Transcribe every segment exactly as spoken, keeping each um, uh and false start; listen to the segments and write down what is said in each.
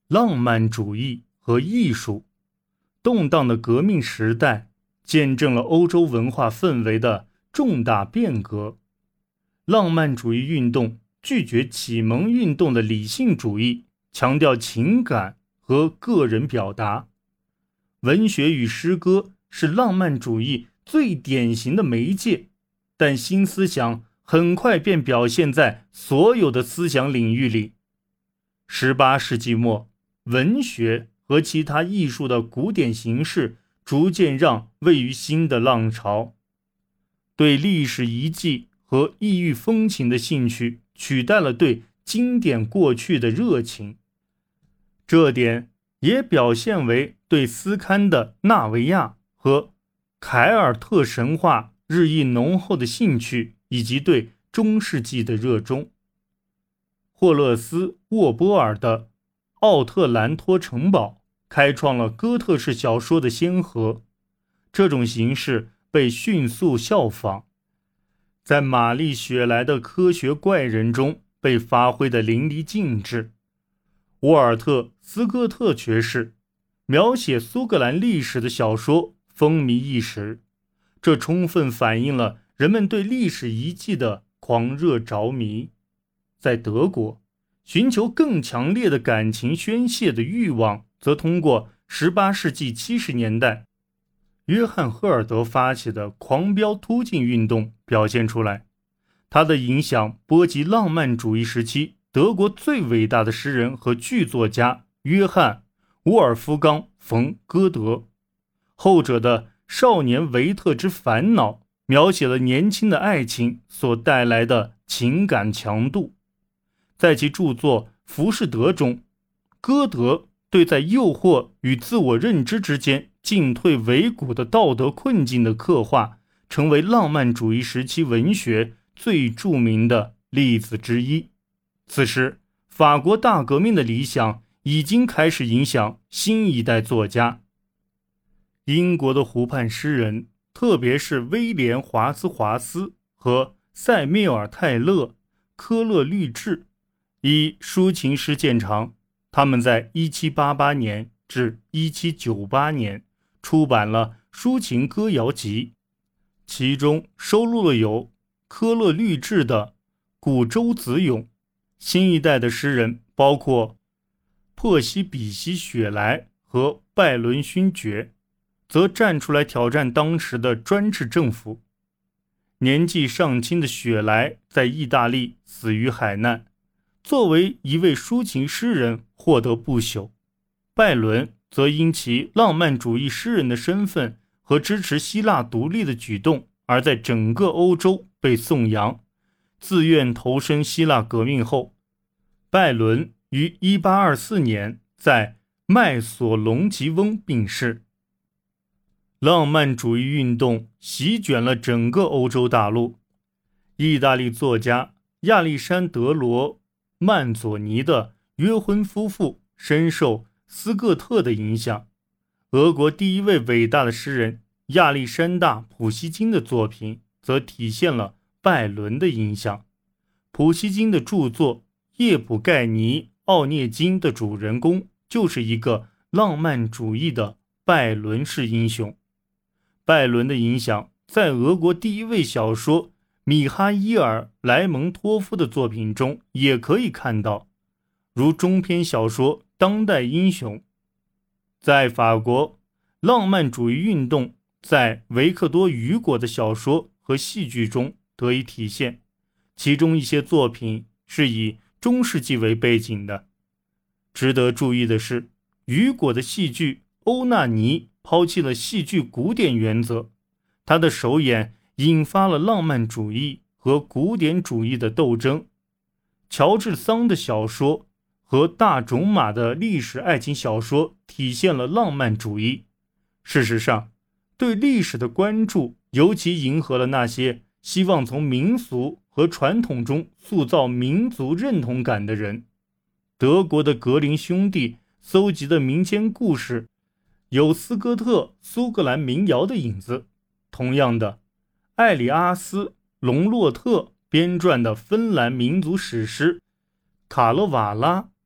浪漫主义和艺术。动荡的革命时代见证了欧洲文化氛围的重大变革。浪漫主义运动拒绝启蒙运动的理性主义，强调情感和个人表达。文学与诗歌是浪漫主义最典型的媒介，但新思想很快便表现在所有的思想领域里。十八世纪末，文学和其他艺术的古典形式逐渐让位于新的浪潮。对历史遗迹和异域风情的兴趣取代了对经典过去的热情。这点也表现为对斯堪的纳维亚和凯尔特神话日益浓厚的兴趣，以及对中世纪的热衷。霍勒斯·沃波尔的奥特兰托城堡开创了哥特式小说的先河，这种形式被迅速效仿，在玛丽雪莱的科学怪人中被发挥得淋漓尽致。沃尔特·斯科特爵士描写苏格兰历史的小说风靡一时，这充分反映了人们对历史遗迹的狂热着迷。在德国，寻求更强烈的感情宣泄的欲望则通过十八世纪七十年代约翰·赫尔德发起的狂飙突进运动表现出来。他的影响波及浪漫主义时期德国最伟大的诗人和剧作家约翰·沃尔夫冈·冯·歌德。后者的《少年维特之烦恼》描写了年轻的爱情所带来的情感强度。在其著作《浮士德》中，歌德对在诱惑与自我认知之间进退维谷的道德困境的刻画，成为浪漫主义时期文学最著名的例子之一。此时，法国大革命的理想已经开始影响新一代作家。英国的湖畔诗人，特别是威廉·华兹华斯和塞缪尔·泰勒·科勒律治，以抒情诗见长。他们在一七八八年至一七九八年出版了抒情歌谣集，其中收录了有科勒律治的《古舟子咏》。新一代的诗人包括珀西比西雪莱和拜伦勋爵，则站出来挑战当时的专制政府。年纪尚轻的雪莱在意大利死于海难，作为一位抒情诗人获得不朽。拜伦则因其浪漫主义诗人的身份和支持希腊独立的举动而在整个欧洲被颂扬。自愿投身希腊革命后，拜伦于一八二四年在麦索隆吉翁病逝。浪漫主义运动席卷了整个欧洲大陆。意大利作家亚历山德罗·曼佐尼的约婚夫妇深受斯各特的影响。俄国第一位伟大的诗人亚历山大·普希金的作品则体现了拜伦的影响。普希金的著作《叶普盖尼奥涅金》的主人公就是一个浪漫主义的拜伦式英雄。拜伦的影响在俄国第一位小说米哈伊尔·莱蒙托夫的作品中也可以看到，如中篇小说《当代英雄》。在法国，浪漫主义运动在维克多·雨果的小说和戏剧中得以体现，其中一些作品是以中世纪为背景的。值得注意的是，雨果的戏剧《欧纳尼》抛弃了戏剧古典原则，他的首演引发了浪漫主义和古典主义的斗争。乔治桑的小说和大种马的历史爱情小说体现了浪漫主义。事实上，对历史的关注尤其迎合了那些希望从民俗和传统中塑造民族认同感的人。德国的格林兄弟搜集的民间故事有斯科特苏格兰民谣的影子。同样的，艾里阿斯·隆洛特编撰的芬兰民族史诗《卡勒瓦拉》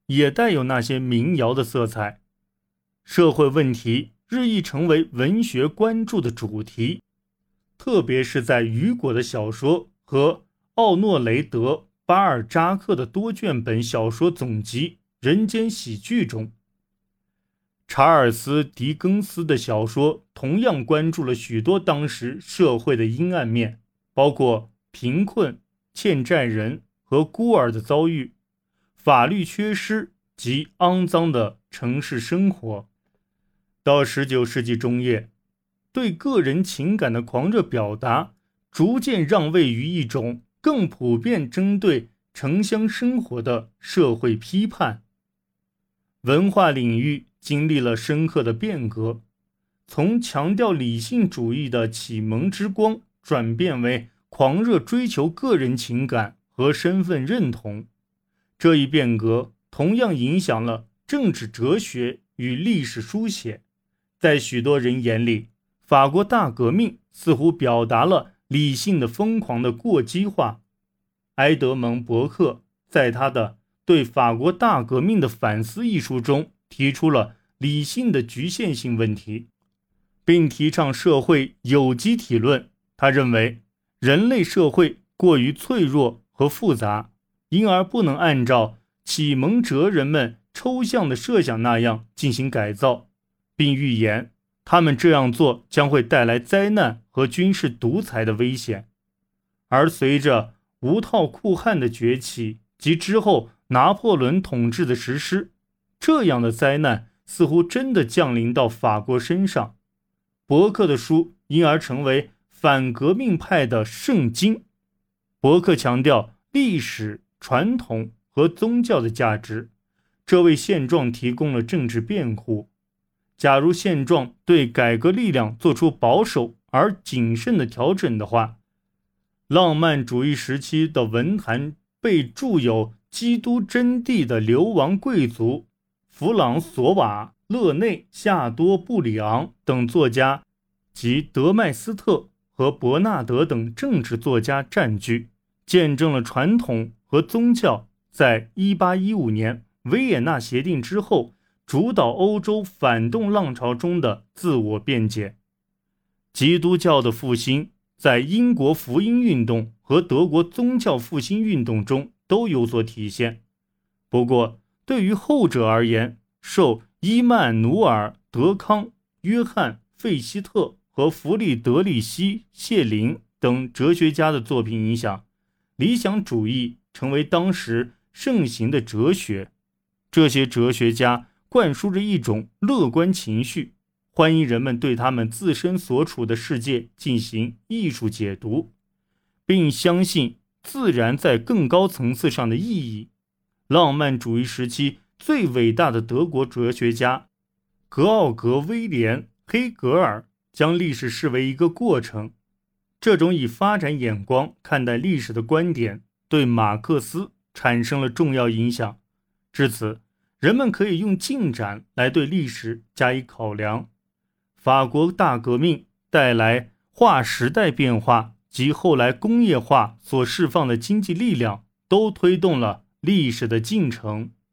也带有那些民谣的色彩。社会问题日益成为文学关注的主题，特别是在雨果的小说和奥诺雷德·巴尔扎克的多卷本小说总集《人间喜剧》中。查尔斯·狄更斯的小说同样关注了许多当时社会的阴暗面，包括贫困、欠债人和孤儿的遭遇，法律缺失及肮脏的城市生活。到十九世纪中叶，对个人情感的狂热表达逐渐让位于一种更普遍针对城乡生活的社会批判。文化领域经历了深刻的变革，从强调理性主义的启蒙之光转变为狂热追求个人情感和身份认同。这一变革同样影响了政治哲学与历史书写。在许多人眼里，法国大革命似乎表达了理性的疯狂的过激化。埃德蒙·伯克在他的对法国大革命的反思一书中提出了理性的局限性问题，并提倡社会有机体论。他认为人类社会过于脆弱和复杂，因而不能按照启蒙哲人们抽象的设想那样进行改造，并预言他们这样做将会带来灾难和军事独裁的危险。而随着无套酷汉的崛起及之后拿破仑统治的实施，这样的灾难似乎真的降临到法国身上。伯克的书因而成为反革命派的圣经。伯克强调历史、传统和宗教的价值，这为现状提供了政治辩护。假如现状对改革力量做出保守而谨慎的调整的话，浪漫主义时期的文坛被著有《基督真谛》的流亡贵族弗朗索瓦、勒内、夏多布里昂等作家及德麦斯特和伯纳德等政治作家占据，见证了传统和宗教在一八一五年维也纳协定之后主导欧洲反动浪潮中的自我辩解。基督教的复兴在英国福音运动和德国宗教复兴运动中都有所体现。不过，对于后者而言，受伊曼努尔·德康、约翰·费希特和弗里德里希·谢林等哲学家的作品影响，理想主义成为当时盛行的哲学。这些哲学家灌输着一种乐观情绪，欢迎人们对他们自身所处的世界进行艺术解读，并相信自然在更高层次上的意义。浪漫主义时期最伟大的德国哲学家格奥格·威廉·黑格尔将历史视为一个过程。这种以发展眼光看待历史的观点对马克思产生了重要影响。至此，人们可以用进展来对历史加以考量。法国大革命带来划时代变化及后来工业化所释放的经济力量，都推动了历史的进程。